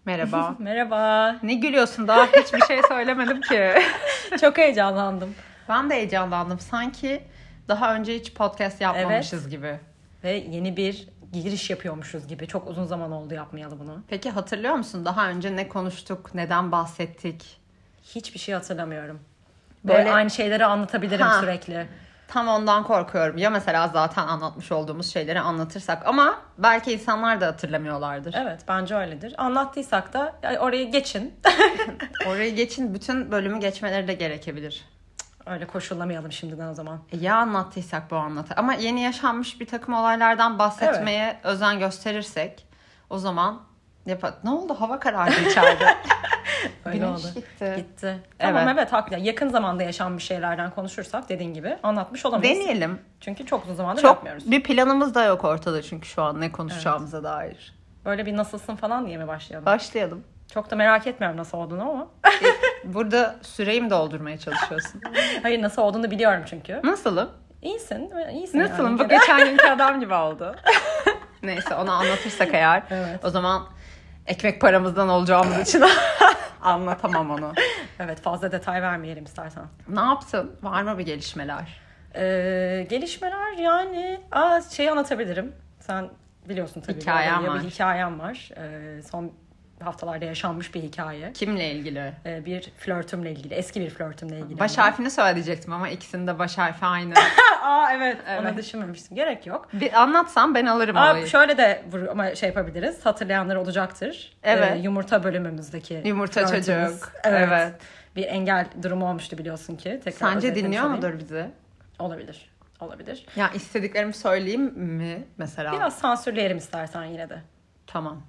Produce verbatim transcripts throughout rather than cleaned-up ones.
Merhaba. Merhaba. Ne gülüyorsun? Daha hiçbir şey söylemedim ki. Çok heyecanlandım. Ben de heyecanlandım. Sanki daha önce hiç podcast yapmamışız evet. gibi. Ve yeni bir giriş yapıyormuşuz gibi. Çok uzun zaman oldu yapmayalı bunu. Peki hatırlıyor musun? Daha önce ne konuştuk? Neden bahsettik? Hiçbir şey hatırlamıyorum. Böyle, Böyle... aynı şeyleri anlatabilirim ha. sürekli. Tam ondan korkuyorum. Ya mesela zaten anlatmış olduğumuz şeyleri anlatırsak ama belki insanlar da hatırlamıyorlardır. Evet, bence öyledir. Anlattıysak da orayı geçin. Orayı geçin. Bütün bölümü geçmeleri de gerekebilir. Öyle koşullamayalım şimdiden o zaman. Ya anlattıysak bu anlatı. Ama yeni yaşanmış bir takım olaylardan bahsetmeye evet. özen gösterirsek o zaman yapalım. Ne oldu? Hava karardı içeride. Öyle Güneş oldu. gitti. Gitti. Tamam evet, evet haklı. Yakın zamanda yaşanmış şeylerden konuşursak dediğin gibi anlatmış olamayız. Deneyelim. Çünkü çok uzun zamandır çok yapmıyoruz. Çok bir planımız da yok ortada çünkü şu an ne konuşacağımıza evet. dair. Böyle bir nasılsın falan diye mi başlayalım? Başlayalım. Çok da merak etmiyorum nasıl olduğunu ama. Burada süreyi mi doldurmaya çalışıyorsun? Hayır, nasıl olduğunu biliyorum çünkü. Nasılım? İyisin. iyisin Nasılım? Yani. Bu geçen günkü adam gibi oldu. Neyse onu anlatırsak eğer. Evet. O zaman ekmek paramızdan olacağımız için anlatamam onu. Evet, fazla detay vermeyelim istersen. Ne yaptın? Var mı bir gelişmeler? Ee, gelişmeler yani aa, şeyi anlatabilirim. Sen biliyorsun tabii. Hikayem var. Bir hikayem var. Ee, son haftalarda yaşanmış bir hikaye. Kimle ilgili? Ee, bir flörtümle ilgili. Eski bir flörtümle ilgili. Baş harfini söyleyecektim ama ikisinin de baş harfi aynı. Aa evet, evet. Onu düşünmemiştim. Gerek yok. Bir anlatsam ben alırım Aa, olayı. şöyle de ama şey yapabiliriz. Hatırlayanlar olacaktır. Evet. Ee, yumurta bölümümüzdeki. Yumurta çocuk. Evet. evet. Bir engel durumu olmuştu biliyorsun ki. Tekrar Sence dinliyor mudur bizi? Olabilir. Olabilir. Ya istediklerimi söyleyeyim mi mesela? Biraz sansürleyelim istersen yine de. Tamam.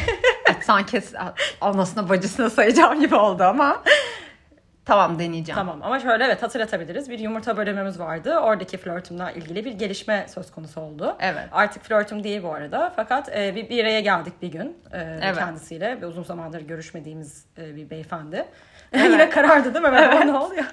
Sanki anasına bacısına sayacağım gibi oldu ama tamam deneyeceğim. Tamam ama şöyle evet hatırlatabiliriz. Bir yumurta bölümümüz vardı. Oradaki flörtümle ilgili bir gelişme söz konusu oldu. Evet. Artık flörtüm değil bu arada. Fakat e, bir, bir araya geldik bir gün e, evet. kendisiyle. Ve uzun zamandır görüşmediğimiz e, bir beyefendi. Evet. Yine karardı değil mi? Evet. Ne oluyor?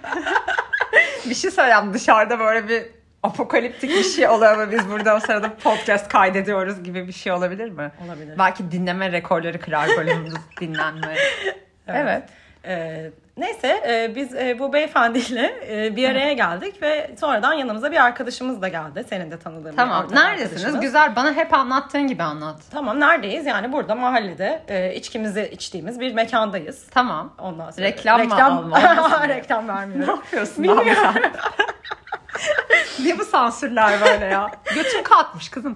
Bir şey söyleyeyim, dışarıda böyle bir apokaliptik bir şey oluyor ama biz burada o sırada podcast kaydediyoruz gibi bir şey olabilir mi? Olabilir. Belki dinleme rekorları kırar bölümümüz dinlenme. Evet. evet. Ee, neyse e, biz e, bu beyefendiyle e, bir araya geldik ve sonradan yanımıza bir arkadaşımız da geldi. Senin de tanıdığın tamam. bir ortak Neredesiniz? Güzel. Bana hep anlattığın gibi anlat. Tamam. Neredeyiz? Yani burada mahallede e, içkimizi içtiğimiz bir mekandayız. Tamam. Ondan sonra reklam, reklam mı alma? Reklam vermiyorum. Ne yapıyorsun? Bilmiyorum. Niye bu sansürler böyle ya? Götüm kalkmış kızım.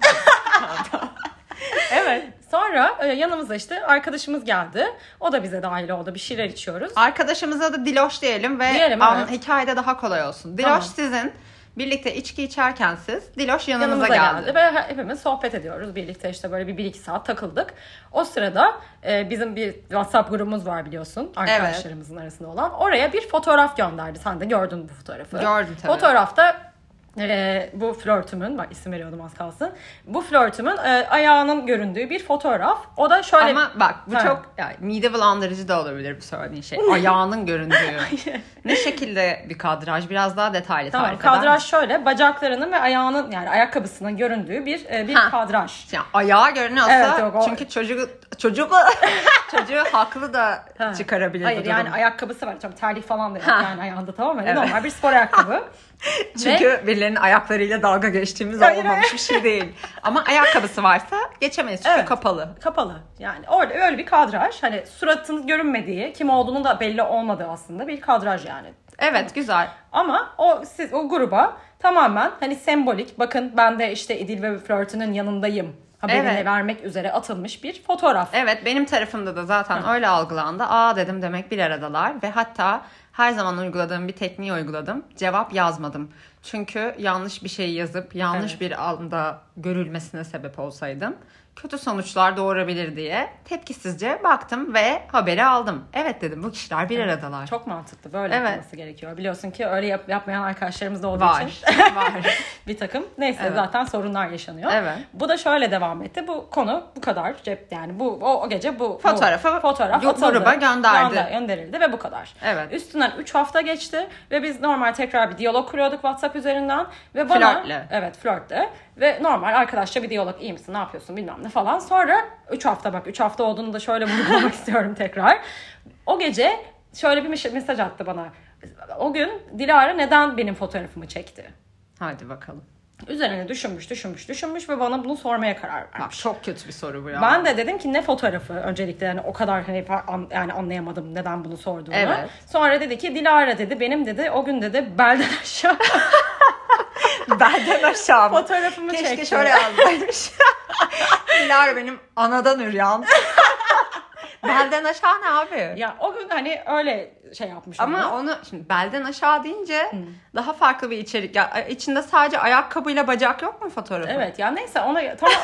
Evet. Sonra e, yanımıza işte arkadaşımız geldi. O da bize dahil oldu. Bir şeyler içiyoruz. Arkadaşımıza da Diloş diyelim ve diyelim, an, evet. hikayede daha kolay olsun. Diloş tamam. sizin birlikte içki içerken siz Diloş yanınıza, yanımıza geldi. geldi. Ve hepimiz sohbet ediyoruz. Birlikte işte böyle bir, bir iki saat takıldık. O sırada e, bizim bir WhatsApp grubumuz var biliyorsun. Arkadaşlarımızın evet. arasında olan. Oraya bir fotoğraf gönderdi. Sen de gördün bu fotoğrafı. Gördüm tabii. Fotoğrafta Ee, bu flörtümün, bak isim veriyordum az kalsın. Bu flörtümün e, ayağının göründüğü bir fotoğraf. O da şöyle... Ama bak bu ha. çok yani, mide bulandırıcı da olabilir bu söylediğin şey. Ayağının göründüğü. Ne şekilde bir kadraj? Biraz daha detaylı tamam, tarif eder misin? Kadraj şöyle, bacaklarının ve ayağının yani ayakkabısının göründüğü bir e, bir ha. kadraj. Yani ayağı görünüyorsa evet, yok, o... çünkü çocuk çocuk çocuğu haklı da ha. çıkarabilir. Hayır yani ayakkabısı var. Çok terlik falan da yok yani ayağında, tamam mı? Evet. Normal bir spor ayakkabı. Çünkü Ve... birilerinin ayaklarıyla dalga geçtiğimiz hayır, olmamış hayır. bir şey değil. Ama ayakkabısı varsa geçemeyiz çünkü evet, kapalı. Kapalı. Yani orada öyle bir kadraj. Hani suratının görünmediği, kim olduğunu da belli olmadığı aslında bir kadraj yani. Evet, tamam. Güzel. Ama o siz o gruba tamamen hani sembolik, bakın ben de işte İdil ve flörtünün yanındayım haberini evet. vermek üzere atılmış bir fotoğraf. Evet, benim tarafımda da zaten Hı. öyle algılandı. Aa dedim, demek bir aradalar ve hatta her zaman uyguladığım bir tekniği uyguladım. Cevap yazmadım. Çünkü yanlış bir şey yazıp yanlış evet. bir anda görülmesine sebep olsaydım kötü sonuçlar doğurabilir diye tepkisizce baktım ve haberi aldım. Evet dedim, bu kişiler bir evet. aradalar. Çok mantıklı. Böyle evet. yapılması gerekiyor. Biliyorsun ki öyle yap- yapmayan arkadaşlarımız da olduğu var. için. Var. Bir takım. Neyse evet. zaten sorunlar yaşanıyor. Evet. Bu da şöyle devam etti. Bu konu bu kadar. Cep yani bu o, o gece bu fotoğrafı bu, fotoğraf gruba gönderdi. Gönder, gönderildi ve bu kadar. Evet. Üstünden üç hafta geçti ve biz normal tekrar bir diyalog kuruyorduk WhatsApp üzerinden ve bana flörtle. Evet, flörtle ve normal arkadaşça bir diyalog. İyi misin? Ne yapıyorsun? Bilmem ne falan. Sonra üç hafta bak üç hafta olduğunu da şöyle vurgulamak istiyorum tekrar. O gece şöyle bir mesaj attı bana. O gün Dilara neden benim fotoğrafımı çekti? Hadi bakalım. Üzerine düşünmüş, düşünmüş, düşünmüş ve bana bunu sormaya karar vermiş. Bak, çok kötü bir soru bu ya. Ben de dedim ki ne fotoğrafı? Öncelikle yani o kadar hani yani anlayamadım neden bunu sorduğunu. Evet. Sonra dedi ki Dilara dedi benim dedi o gün dedi belden aşağı belden aşağı mı? Fotoğrafımı Keşke çekti. Keşke şöyle yazmış. Dilara benim anadan üryan. Belden aşağı ne abi? Ya o gün hani öyle şey yapmış. Ama onu, onu şimdi belden aşağı deyince hmm. daha farklı bir içerik. Ya içinde sadece ayakkabıyla bacak yok mu fotoğrafı? Evet ya neyse ona tamam.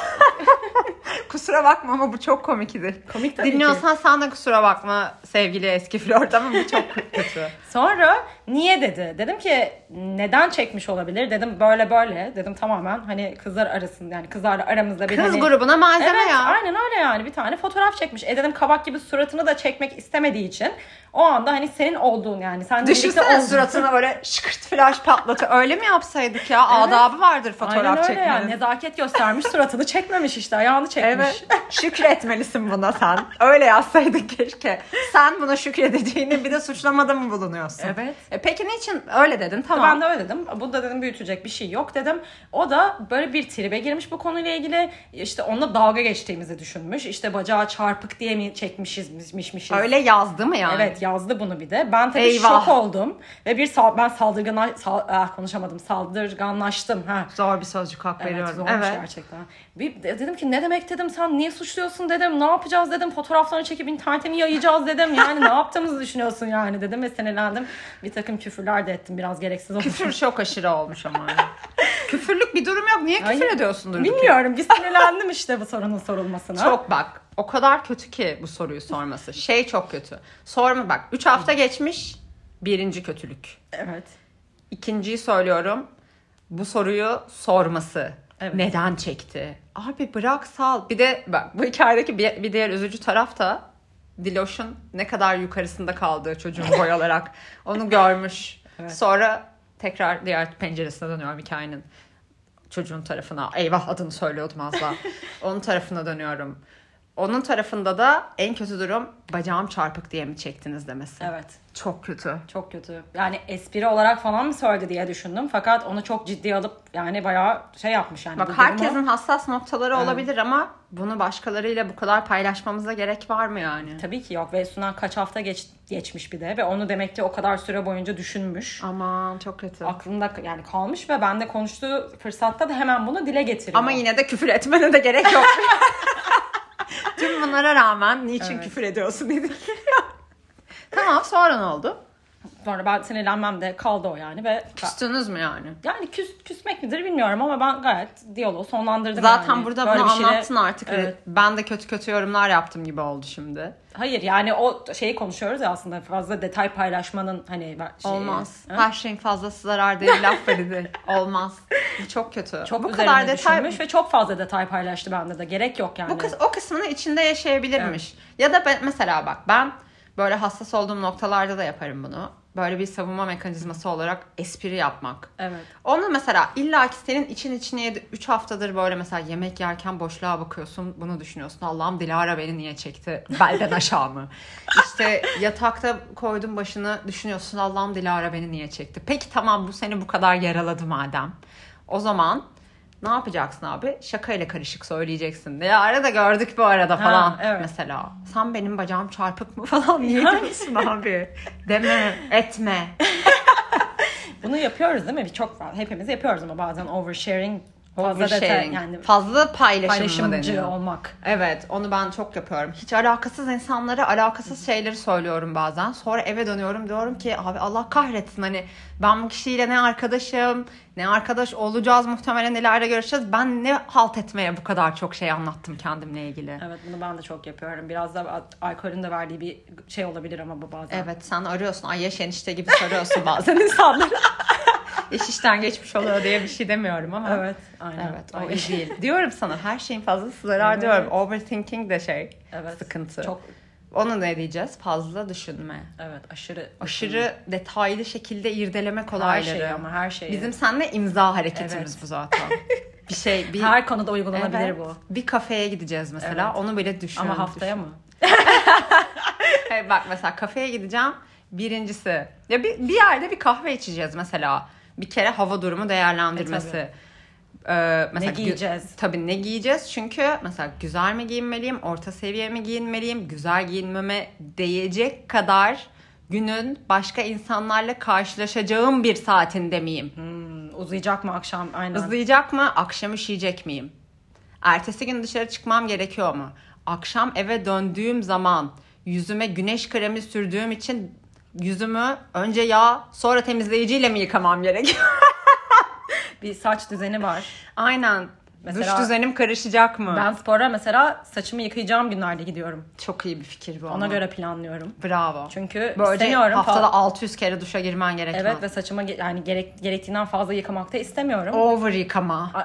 Kusura bakma ama bu çok komikti. Komik tabii Dinliyorsan ki. sen de kusura bakma sevgili eski flört ama bu çok kötü. Sonra niye dedi? Dedim ki neden çekmiş olabilir? Dedim böyle böyle. Dedim tamamen hani kızlar arasında yani kızlarla aramızda bir Kız hani... grubuna malzeme evet, ya. Aynen öyle yani bir tane fotoğraf çekmiş. E dedim kabak gibi suratını da çekmek istemediği için o anda hani senin olduğun yani sen düşünsene suratına böyle şıkırt flash patlatı öyle mi yapsaydık ya? Evet. Adabı vardır fotoğraf çekmenin. Aynen öyle yani nezaket göstermiş suratını çekmemiş işte ayağını çekmiş. Evet şükretmelisin buna sen. Öyle yazsaydın keşke. Sen buna şükredeceğini bir de suçlamada mı bulunuyorsun? Evet. E peki niçin öyle dedin? Tamam. Ben de öyle dedim. Bu da dedim büyütecek bir şey yok dedim. O da böyle bir tribe girmiş bu konuyla ilgili. İşte onunla dalga geçtiğimizi düşünmüş. İşte bacağı çarpık diye mi çekmişiz mişmişiz. Öyle yazdı mı yani? Evet yazdı bunu bir de. Ben tabii Eyvah. şok oldum. Ve bir sal- ben saldırgan sal- ah, konuşamadım. Saldırganlaştım. Ha. Zor bir sözcük hak evet, veriyorum. Zormuş evet gerçekten. Bir, dedim ki ne demek dedim sen niye suçluyorsun dedim. Ne yapacağız dedim. Fotoğraflarını çekip internete mi yayacağız dedim. Yani ne yaptığımızı düşünüyorsun yani dedim ve sinirlendim. Bir takım küfürler de ettim. Biraz gereksiz olmuş. Küfür çok aşırı olmuş ama. Küfürlük bir durum yok. Niye küfür Hayır, ediyorsun durduk? Bilmiyorum. Bir sinirlendim işte bu sorunun sorulmasına. Çok bak. O kadar kötü ki bu soruyu sorması. Şey çok kötü. Sorma bak. üç hafta geçmiş. Birinci kötülük. Evet. İkinciyi söylüyorum. Bu soruyu sorması. Evet. Neden çekti? Abi bırak sal. Bir de bak bu hikayedeki bir, bir diğer üzücü taraf da Diloş'un ne kadar yukarısında kaldığı çocuğun boy olarak. Onu görmüş. Evet. Sonra tekrar diğer penceresine dönüyorum hikayenin. Çocuğun tarafına. Eyvah adını söylüyordum az daha. Onun tarafına dönüyorum. Onun tarafında da en kötü durum bacağım çarpık diye mi çektiniz demesi. Evet. Çok kötü. Çok kötü. Yani espri olarak falan mı söyledi diye düşündüm. Fakat onu çok ciddiye alıp yani bayağı şey yapmış yani. Bak herkesin durumu... hassas noktaları evet. olabilir ama bunu başkalarıyla bu kadar paylaşmamıza gerek var mı yani? Tabii ki yok ve üstünden kaç hafta geç, geçmiş bir de ve onu demek ki o kadar süre boyunca düşünmüş. Aman çok kötü. Aklında yani kalmış ve ben de konuştuğu fırsatta da hemen bunu dile getiriyor. Ama yine de küfür etmene de gerek yok. Tüm bunlara rağmen niçin evet. küfür ediyorsun dedik. Tamam sonra ne oldu? Sonra ben sinirlenmem de kaldı o yani ve küstünüz mü yani? Yani küs, küsmek midir bilmiyorum ama ben gayet diyaloğu sonlandırdım. Zaten yani. burada böyle bunu şeyle... anlattın artık. Evet. Ben de kötü kötü yorumlar yaptım gibi oldu şimdi. Hayır yani o şeyi konuşuyoruz ya aslında fazla detay paylaşmanın hani şeyi. Olmaz. Ha? Her şeyin fazlası zarar diye bir laf verilir. Olmaz. Bu çok kötü. Çok bu kadar detay ve çok fazla detay paylaştı bende de. Gerek yok yani. Bu kız o kısmını içinde yaşayabilirmiş. Evet. Ya da ben, mesela bak ben böyle hassas olduğum noktalarda da yaparım bunu. Böyle bir savunma mekanizması olarak espri yapmak. Evet. Onu mesela illaki senin için içine yedi üç haftadır böyle mesela yemek yerken boşluğa bakıyorsun. Bunu düşünüyorsun. Allah'ım Dilara beni niye çekti? Belden aşağı mı? İşte yatakta koydun başını düşünüyorsun. Allah'ım Dilara beni niye çekti? Peki tamam bu seni bu kadar yaraladı madem. O zaman ne yapacaksın abi? Şakayla karışık söyleyeceksin. Dilara da gördük bu arada falan. Ha, evet. Mesela sen benim bacağım çarpık mı falan niye diyorsun abi? Deme, etme. Bunu yapıyoruz değil mi? Çok fazla. Hepimiz yapıyoruz ama bazen oversharing fazla detay yani fazla paylaşım paylaşımcı olmak. Evet, onu ben çok yapıyorum. Hiç alakasız insanlara alakasız şeyleri söylüyorum bazen. Sonra eve dönüyorum diyorum ki abi Allah kahretsin hani ben bu kişiyle ne arkadaşım, ne arkadaş olacağız muhtemelen ileride görüşeceğiz. Ben ne halt etmeye bu kadar çok şey anlattım kendimle ilgili. Evet bunu ben de çok yapıyorum. Biraz da alkolün de verdiği bir şey olabilir ama bu bazen. Evet sen arıyorsun. Ay yaş enişte gibi soruyorsun bazen insanları. İş işten geçmiş oluyor diye bir şey demiyorum ama. Evet. Aynen. Evet o iyi değil. Diyorum sana her şeyin fazlası zarar evet. diyorum. Overthinking de şey evet. sıkıntı. Çok. Onu ne diyeceğiz? Fazla düşünme. Evet aşırı. Aşırı düşünme. Detaylı şekilde irdelemek olayları. Her şey ama her şey. Bizim seninle imza hareketimiz evet. bu zaten. Bir şey bir Her konuda uygulanabilir evet, bu. Bir kafeye gideceğiz mesela. Evet. Onu bile düşün. Ama haftaya düşün. mı? Hayır, bak mesela kafeye gideceğim. Birincisi ya bir, bir yerde bir kahve içeceğiz mesela. Bir kere hava durumu değerlendirmesi. E, Ee, mesela ne giyeceğiz? Gü- tabii ne giyeceğiz? Çünkü mesela güzel mi giyinmeliyim, orta seviye mi giyinmeliyim, güzel giyinmeme değecek kadar günün başka insanlarla karşılaşacağım bir saatinde miyim? Hmm, uzayacak mı akşam? Aynen. Uzayacak mı? Akşam üşüyecek miyim? Ertesi gün dışarı çıkmam gerekiyor mu? Akşam eve döndüğüm zaman yüzüme güneş kremi sürdüğüm için yüzümü önce yağ sonra temizleyiciyle mi yıkamam gerekiyor? Bir saç düzeni var. Aynen. Mesela, duş düzenim karışacak mı? Ben spora mesela saçımı yıkayacağım günlerde gidiyorum. Çok iyi bir fikir bu. Ona ama. göre planlıyorum. Bravo. Çünkü böylece istemiyorum. haftada fa- altı yüz kere duşa girmen gerekiyor. Evet ve saçımı yani gerek, gerektiğinden fazla yıkamak da istemiyorum. Over yıkama.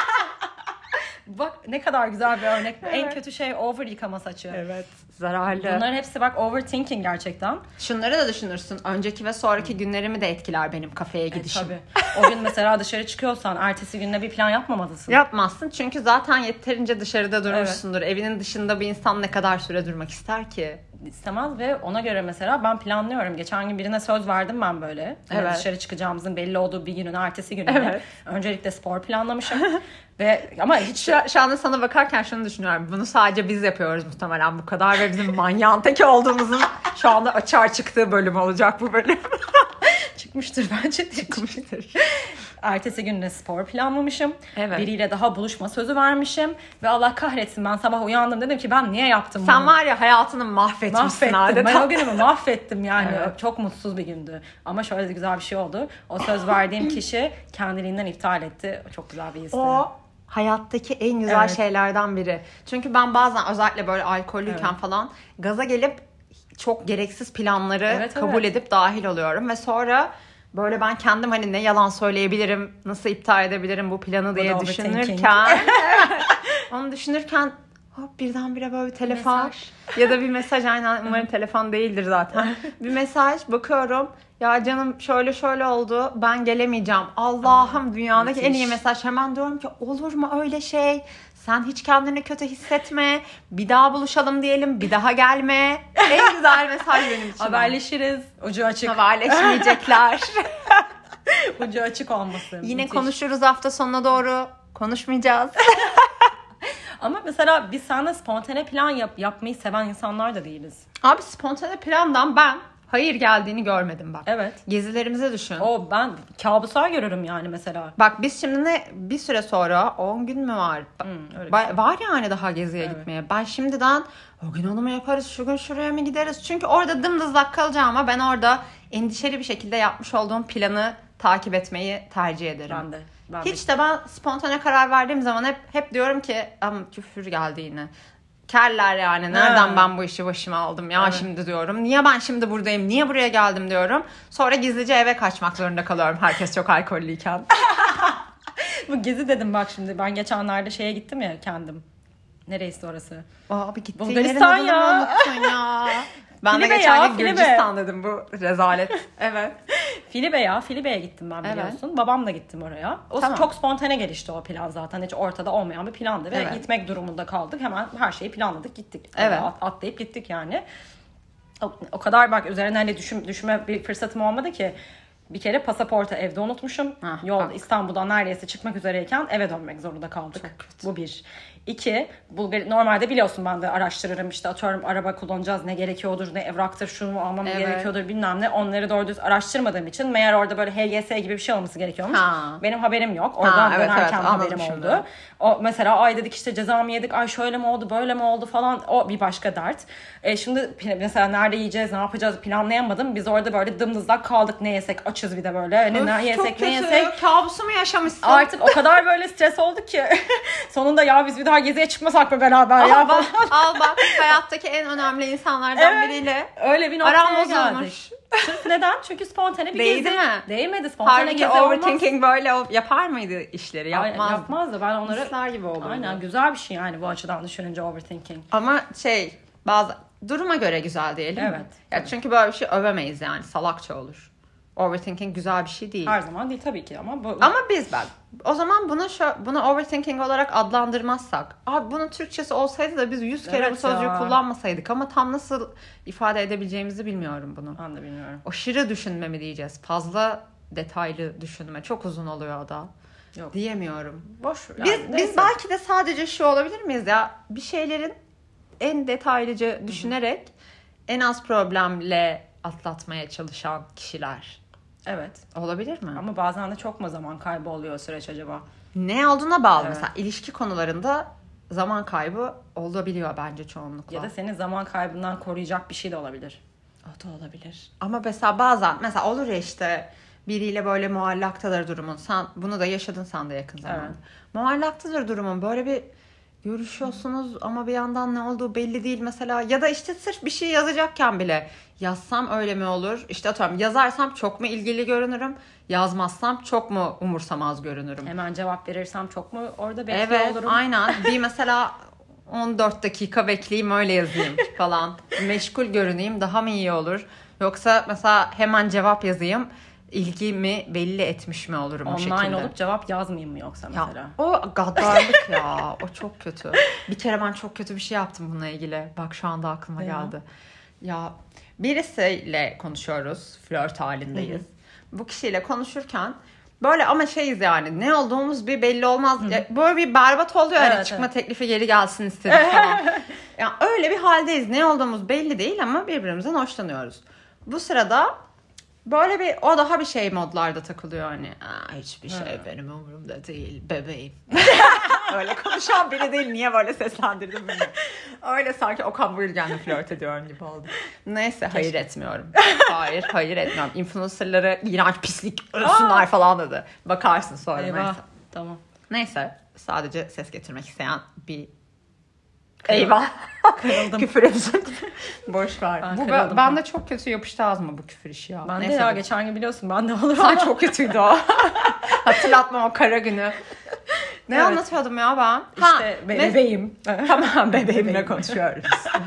Bak ne kadar güzel bir örnek. Evet. En kötü şey over yıkama saçı. Evet. Zararlı. Bunların hepsi bak overthinking gerçekten. Şunları da düşünürsün. Önceki ve sonraki günlerimi de etkiler benim kafeye gidişim. E, tabii. O gün mesela dışarı çıkıyorsan ertesi günde bir plan yapmamalısın. Yapmazsın çünkü zaten yeterince dışarıda durmuşsundur. Evet. Evinin dışında bir insan ne kadar süre durmak ister ki? İstemez ve ona göre mesela ben planlıyorum. Geçen gün birine söz verdim ben böyle. Evet. Yani dışarı çıkacağımızın belli olduğu bir günün ertesi gününe. Evet. Öncelikle spor planlamışım. Ve ama hiç şu, şu anda sana bakarken şunu düşünüyorum. Bunu sadece biz yapıyoruz muhtemelen bu kadar ve bizim manyağın teki olduğumuzun şu anda açığa çıktığı bölüm olacak bu bölüm. Çıkmıştır bence. Çıkmıştır. Ertesi gününe spor planlamışım. Evet. Biriyle daha buluşma sözü vermişim. Ve Allah kahretsin ben sabah uyandım dedim ki ben niye yaptım Sen bunu? var ya hayatını mahvetmişsin mahvettim. adeta. Ben o günümü mahvettim yani. Evet. Çok mutsuz bir gündü. Ama şöyle güzel bir şey oldu. O söz verdiğim kişi kendiliğinden iptal etti. Çok güzel bir histi. O hayattaki en güzel evet. şeylerden biri. Çünkü ben bazen özellikle böyle alkollüyken evet. falan gaza gelip çok gereksiz planları evet, kabul evet. edip dahil oluyorum ve sonra böyle ben kendim hani ne yalan söyleyebilirim, nasıl iptal edebilirim bu planı diye bu düşünürken onu düşünürken hop birdenbire böyle bir telefon mesaj. Ya da bir mesaj, aynen umarım telefon değildir zaten. Bir mesaj bakıyorum. Ya canım şöyle şöyle oldu. Ben gelemeyeceğim. Allah'ım dünyanın en iyi mesaj. Hemen diyorum ki olur mu öyle şey? Sen hiç kendini kötü hissetme. Bir daha buluşalım diyelim. Bir daha gelme. En güzel mesaj benim için. Haberleşiriz. Ucu açık. Haberleşmeyecekler. Ucu açık olmasın. Yine müthiş. Konuşuruz hafta sonuna doğru. Konuşmayacağız. Ama mesela biz seninle spontane plan yap, yapmayı seven insanlar da değiliz. Abi spontane plandan ben hayır geldiğini görmedim bak. Evet. Gezilerimize düşün. O ben kabuslar görürüm yani mesela. Bak biz şimdi ne bir süre sonra on gün mü var? Hmm, öyle ba- şey. Var yani daha geziye evet. gitmeye. Ben şimdiden o gün onu mu yaparız, şu gün şuraya mı gideriz? Çünkü orada dımdızlak kalacağıma ben orada endişeli bir şekilde yapmış olduğum planı takip etmeyi tercih ederim. Ben de. Ben Hiç de ben spontane karar verdiğim zaman hep hep diyorum ki ama küfür geldi yine. Kerler yani nereden ha. ben bu işi başıma aldım ya evet. şimdi diyorum. Niye ben şimdi buradayım? Niye buraya geldim diyorum. Sonra gizlice eve kaçmak zorunda kalıyorum. Herkes çok alkollüyken. Bu gezi dedim bak şimdi. Ben geçenlerde şeye gittim ya kendim. Nereyse orası? Abi gittiğin Bulgaristan ya. Unuttun ya. Ben Filibe de geçen ya, gün Gürcistan dedim bu rezalet. Evet. Filibe ya. Filibe'ye gittim ben biliyorsun. Evet. Babamla gittim oraya. O tamam. Çok spontane gelişti o plan zaten. Hiç ortada olmayan bir plandı. Ve evet. gitmek durumunda kaldık. Hemen her şeyi planladık gittik. Evet. At, atlayıp gittik yani. O, o kadar bak üzerine hani düşün, düşünme bir fırsatım olmadı ki. Bir kere pasaportu evde unutmuşum. Ah, Yolda İstanbul'dan neredeyse çıkmak üzereyken eve dönmek zorunda kaldık. Bu bir. İki, Bulgar normalde biliyorsun ben de araştırırım işte atıyorum araba kullanacağız ne gerekiyordur ne evraktır şunu mu almam evet. gerekiyordur bilmem ne onları doğru düz araştırmadığım için meğer orada böyle H Y S gibi bir şey olması gerekiyormuş. Ha. Benim haberim yok. Oradan ha, evet, dönerken evet, haberim oldu. Da. O mesela ay dedik işte ceza mı yedik ay şöyle mi oldu böyle mi oldu falan o bir başka dert. E şimdi mesela nerede yiyeceğiz ne yapacağız planlayamadım. Biz orada böyle dımdızlak kaldık ne yesek açız bir de böyle. Hani ne yesek ne yesek. Kabusu mu yaşamışsın? Artık o kadar böyle stres olduk ki sonunda ya biz bir daha geziye çıkmasak mı beraber al ya bak, al bak hayattaki en önemli insanlardan evet, biriyle öyle bir noktaya geldik. Sırf neden? Çünkü spontane bir Değdi gezi. mi? Değmedi. Spontane Halbuki gezi overthinking olmaz. Böyle yapar mıydı işleri? Yapmazdı. Aynen, yapmazdı. Ben onları... Hisler gibi olurdu. Aynen güzel bir şey yani bu açıdan düşününce overthinking. Ama şey bazı duruma göre güzel diyelim evet, mi? Ya çünkü böyle bir şey övemeyiz yani salakça olur. Overthinking güzel bir şey değil. Her zaman değil tabii ki ama bu... Ama biz ben. O zaman bunu şu, bunu overthinking olarak adlandırmazsak. Abi bunun Türkçesi olsaydı da biz yüz kere evet bu sözcüğü ya. kullanmasaydık ama tam nasıl ifade edebileceğimizi bilmiyorum bunu. Ben de bilmiyorum. Aşırı düşünme mi diyeceğiz? Fazla detaylı düşünme. Çok uzun oluyor o da. Yok. Diyemiyorum. Boş. Yani biz, biz belki de sadece şu olabilir miyiz ya? Bir şeylerin en detaylıca düşünerek en az problemle atlatmaya çalışan kişiler. Evet. Olabilir mi? Ama bazen de çok mu zaman kaybı oluyor o süreç acaba? Ne olduğuna bağlı. Evet. Mesela ilişki konularında zaman kaybı olabiliyor bence çoğunlukla. Ya da seni zaman kaybından koruyacak bir şey de olabilir. O da olabilir. Ama mesela bazen mesela olur ya işte biriyle böyle muallaktadır durumun. Sen bunu da yaşadın sen de yakın zamanda. Evet. Muallaktadır durumun. Böyle bir görüşüyorsunuz ama bir yandan ne olduğu belli değil mesela. Ya da işte sırf bir şey yazacakken bile yazsam öyle mi olur? İşte atıyorum yazarsam çok mu ilgili görünürüm? Yazmazsam çok mu umursamaz görünürüm? Hemen cevap verirsem çok mu orada bekliyor evet, olurum? Evet aynen. Bir mesela on dört dakika bekleyeyim öyle yazayım falan. Meşgul görüneyim daha mı iyi olur? Yoksa mesela hemen cevap yazayım. İlgimi belli etmiş mi olurum o şekilde? Online olup cevap yazmayayım mı yoksa mesela? Ya, o gaddarlık ya. O çok kötü. Bir kere ben çok kötü bir şey yaptım bununla ilgili. Bak şu anda aklıma ya. geldi. Ya birisiyle konuşuyoruz. Flört halindeyiz. Hı-hı. Bu kişiyle konuşurken böyle ama şeyiz yani ne olduğumuz bir belli olmaz. Ya, böyle bir berbat oluyor. Evet, yani çıkma evet. teklifi geri gelsin istedik falan. Yani öyle bir haldeyiz. Ne olduğumuz belli değil ama birbirimizden hoşlanıyoruz. Bu sırada böyle bir o daha bir şey modlarda takılıyor hani. Aa, hiçbir şey evet. benim umurumda değil bebeğim. Öyle konuşan biri değil. Niye böyle seslendirdim bilmiyorum. Öyle sanki Okan Bayülgen'le flört ediyorum gibi oldu. Neyse Keşke. hayır etmiyorum. Hayır hayır etmiyorum. Influencerları iğrenç pislik ölsünler falan dedi. Bakarsın sonra. Eyvah. Neyse. Tamam. Neyse sadece ses getirmek isteyen bir eyvah. Kırıldım. Küfür edeceğim. Boş ver. Ben, bu, ben, ben de çok kötü yapıştı ağzıma bu küfür işi ya. Ben Neyse, de ya geçen gün biliyorsun ben de olurum. Sen çok kötüydü o. Hatırlatma o kara günü. Ne evet. anlatıyordum ya ben? İşte ha, bebeğim. Tamam bebeğimle konuşuyoruz.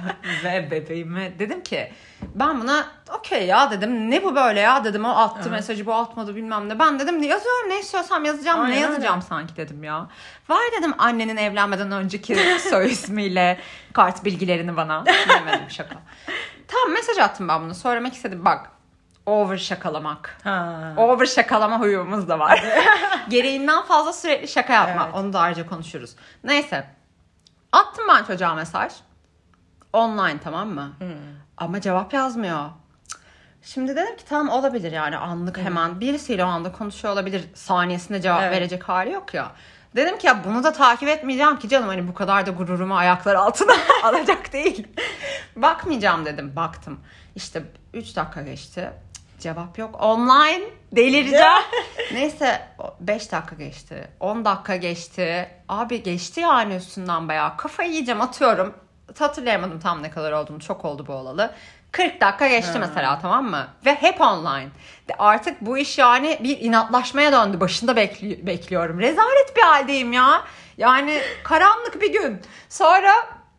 Ve bebeğime dedim ki ben buna okey ya dedim. Ne bu böyle ya dedim. O attı evet. mesajı bu atmadı bilmem ne. Ben dedim yazıyorum ne istiyorsam yazacağım. Aynen, ne yazacağım öyle. sanki dedim ya. Var dedim annenin evlenmeden önceki soy ismiyle kart bilgilerini bana. Demedim şaka. Tamam mesaj attım ben bunu. Söylemek istedim bak. Over şakalamak. Ha. Over şakalama huyumuz da var. Gereğinden fazla sürekli şaka yapma. Evet. Onu da ayrıca konuşuruz. Neyse. Attım ben çocuğa mesaj. Online tamam mı? Hmm. Ama cevap yazmıyor. Şimdi dedim ki tamam olabilir yani anlık hmm. hemen birisiyle o anda konuşuyor olabilir. Saniyesinde cevap evet. verecek hali yok ya. Dedim ki ya bunu da takip etmeyeceğim ki canım hani bu kadar da gururumu ayaklar altına alacak değil. Bakmayacağım dedim. Baktım. İşte üç dakika geçti. Cevap yok. Online delireceğim. Neyse beş dakika geçti. on dakika geçti. Abi geçti yani üstünden bayağı. Kafayı yiyeceğim atıyorum. Hatırlayamadım tam ne kadar olduğunu. Çok oldu bu olalı. kırk dakika geçti hmm. mesela tamam mı? Ve hep online. Artık bu iş yani bir inatlaşmaya döndü. Başında bekli- bekliyorum. Rezalet bir haldeyim ya. Yani karanlık bir gün. Sonra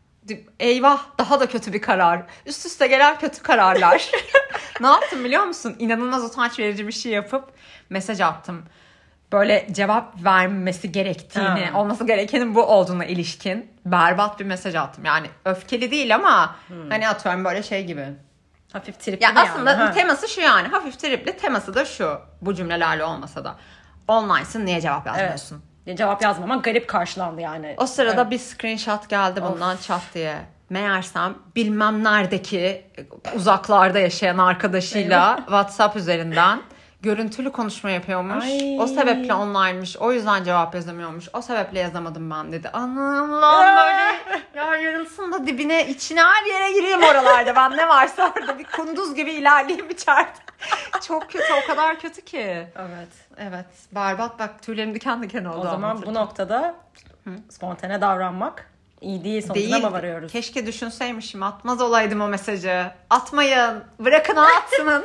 eyvah daha da kötü bir karar. Üst üste gelen kötü kararlar. Ne yaptım biliyor musun? İnanılmaz utanç verici bir şey yapıp mesaj attım. Böyle cevap vermesi gerektiğini, ha. olması gerekenin bu olduğuna ilişkin berbat bir mesaj attım. Yani öfkeli değil ama hmm. hani atıyorum böyle şey gibi. Hafif tripli ya aslında yani. teması şu yani. Hafif tripli teması da şu. Bu cümlelerle olmasa da. Online'sın niye cevap yazmıyorsun? Evet. Cevap yazmaman garip karşılandı yani. O sırada evet. bir screenshot geldi bundan of. çat diye. Meğersem bilmem neredeki uzaklarda yaşayan arkadaşıyla WhatsApp üzerinden görüntülü konuşma yapıyormuş. Ay. O sebeple online'mış. O yüzden cevap yazamıyormuş. O sebeple yazamadım ben dedi. Anam lan böyle ya yarılsın da dibine içine her yere gireyim oralarda. Ben ne varsa orada bir kunduz gibi ilerleyeyim içeride. Çok kötü o kadar kötü ki. Evet. Evet. Berbat bak tüylerim diken diken oldu. O zaman bu noktada Hı? spontane davranmak iyi değil sonucuna mı varıyoruz? Keşke düşünseymişim atmaz olaydım o mesajı. Atmayın. Bırakın o atsının.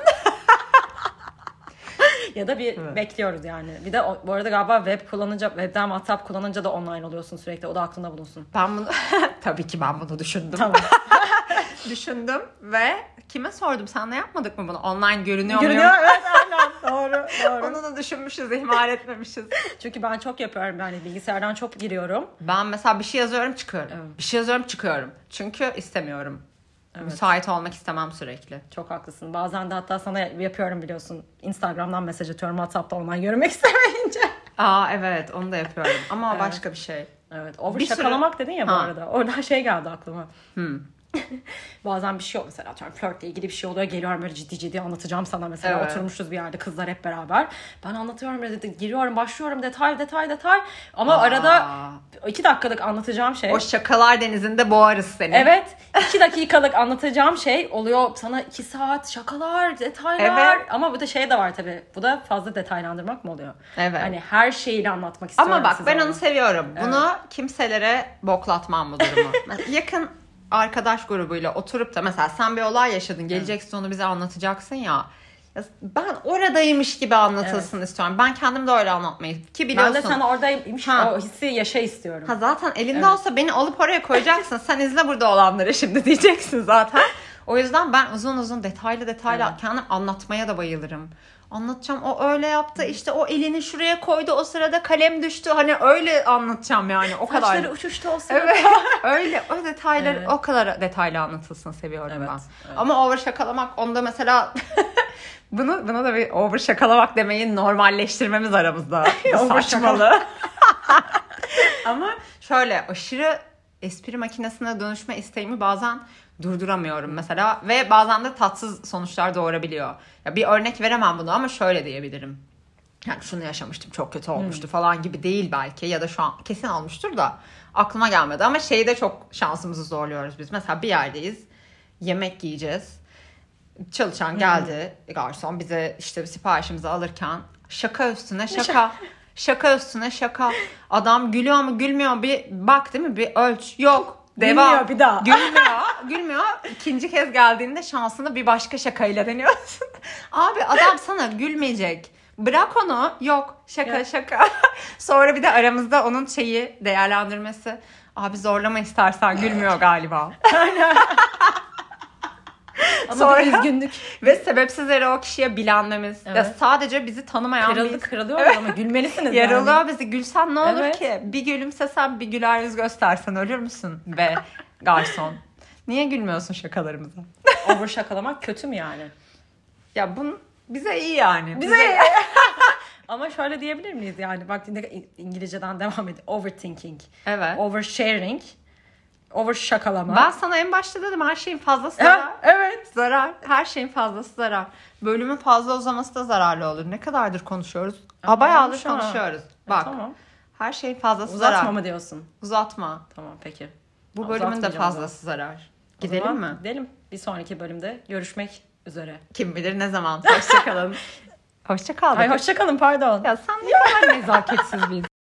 Ya da bir evet. bekliyoruz yani. Bir de o, bu arada galiba web kullanınca, webden WhatsApp kullanınca da online oluyorsun sürekli. O da aklında bulunsun. Ben bunu tabii ki ben bunu düşündüm. Tamam. düşündüm ve kime sordum? Senle yapmadık mı bunu? Online görünüyor muyum? Görünüyor evet aynen. Doğru doğru. Onu da düşünmüşüz, ihmal etmemişiz. Çünkü ben çok yapıyorum yani bilgisayardan çok giriyorum. Ben mesela bir şey yazıyorum çıkıyorum. Evet. Bir şey yazıyorum çıkıyorum. Çünkü istemiyorum. Evet. Müsait olmak istemem sürekli. Çok haklısın. Bazen de hatta sana yapıyorum biliyorsun. Instagram'dan mesaj atıyorum. WhatsApp'ta online görmek istemeyince. Aa evet onu da yapıyorum. Ama evet. başka bir şey. Evet. Over şakalamak sürü... dedin ya bu ha. arada. Oradan şey geldi aklıma. Hmm. Bazen bir şey oluyor mesela atıyorum flörtle ilgili bir şey oluyor geliyorum böyle ciddi ciddi anlatacağım sana mesela evet. Oturmuşuz bir yerde kızlar hep beraber ben anlatıyorum dedi giriyorum başlıyorum detay detay detay ama Aa. arada iki dakikalık anlatacağım şey o şakalar denizinde boğarız seni evet iki dakikalık anlatacağım şey oluyor sana iki saat şakalar detaylar evet. Ama bu da şey de var tabii bu da fazla detaylandırmak mı oluyor evet. Hani her şeyiyle anlatmak istiyorum ama bak ben onu seviyorum evet. Bunu kimselere boklatmam bu durumu yakın arkadaş grubuyla oturup da mesela sen bir olay yaşadın geleceksin evet. Onu bize anlatacaksın ya. Ya ben oradaymış gibi anlatılsın evet. istiyorum. Ben kendim de öyle anlatmayı ki biliyorsun. Ben de sen oradaymış ha. O hissi yaşa istiyorum. Ha zaten elinde evet. Olsa beni alıp oraya koyacaksın. Sen izle burada olanları şimdi diyeceksin zaten. O yüzden ben uzun uzun detaylı detaylı evet. Kendim anlatmaya da bayılırım. Anlatacağım o öyle yaptı işte o elini şuraya koydu o sırada kalem düştü hani öyle anlatacağım yani o kadar. Saçları uçuştu o sırada. Evet öyle o detaylar evet. O kadar detaylı anlatılsın seviyorum evet, ben. Evet. Ama over şakalamak onda mesela bunu buna da bir over şakalamak demeyi normalleştirmemiz aramızda. Saçmalı. Ama şöyle aşırı espri makinesine dönüşme isteğimi bazen durduramıyorum mesela ve bazen de tatsız sonuçlar doğurabiliyor. Ya bir örnek veremem bunu ama şöyle diyebilirim. Yani şunu yaşamıştım çok kötü olmuştu hmm. falan gibi değil belki ya da şu an kesin olmuştur da aklıma gelmedi ama şeyde çok şansımızı zorluyoruz biz. Mesela bir yerdeyiz yemek yiyeceğiz. Çalışan geldi hmm. garson bize işte siparişimizi alırken şaka üstüne şaka. Şaka üstüne şaka. Adam gülüyor mu gülmüyor mu bir bak değil mi bir ölç yok. Devam. Gülmüyor bir daha. Gülmüyor. Gülmüyor. İkinci kez geldiğinde şansını bir başka şakayla deniyorsun. Abi adam sana gülmeyecek. Bırak onu. Yok. Şaka evet. Şaka. Sonra bir de aramızda onun şeyi değerlendirmesi. Abi zorlama istersen gülmüyor galiba. Ama sonra, bir üzgünlük. Ve sebepsiz yere o kişiye bilenmemiz. Evet. Ya sadece bizi tanımayan Kırıldı, bir... kırılıyor evet. Ama gülmelisiniz yani. Yaralıyor bizi. Gülsen ne olur evet. Ki? Bir gülümsesen bir güler yüz göstersen ölür müsün? Be garson. Niye gülmüyorsun şakalarımıza? Over şakalamak kötü mü yani? Ya bunun bize iyi yani. Bize, bize iyi. Ama şöyle diyebilir miyiz yani? Bak İngilizceden devam ediyor. Overthinking. Evet. Oversharing. Over şakalama. Ben sana en başta dedim her şeyin fazlası zarar. Ha, evet. Zarar. Her şeyin fazlası zarar. Bölümün fazla uzaması da zararlı olur. Ne kadardır konuşuyoruz? Aa, bayağıdır konuşuyoruz. E, Bak. Tamam. Her şeyin fazlası Uzatma zarar. Uzatma mı diyorsun? Uzatma. Tamam peki. Bu bölümün de fazlası zarar. Gidelim mi? Gidelim. Bir sonraki bölümde görüşmek üzere. Kim bilir ne zaman. Hoşçakalın. Hoşçakalın. Ay hoşçakalın pardon. Ya sen ne kadar nezaketsiz bir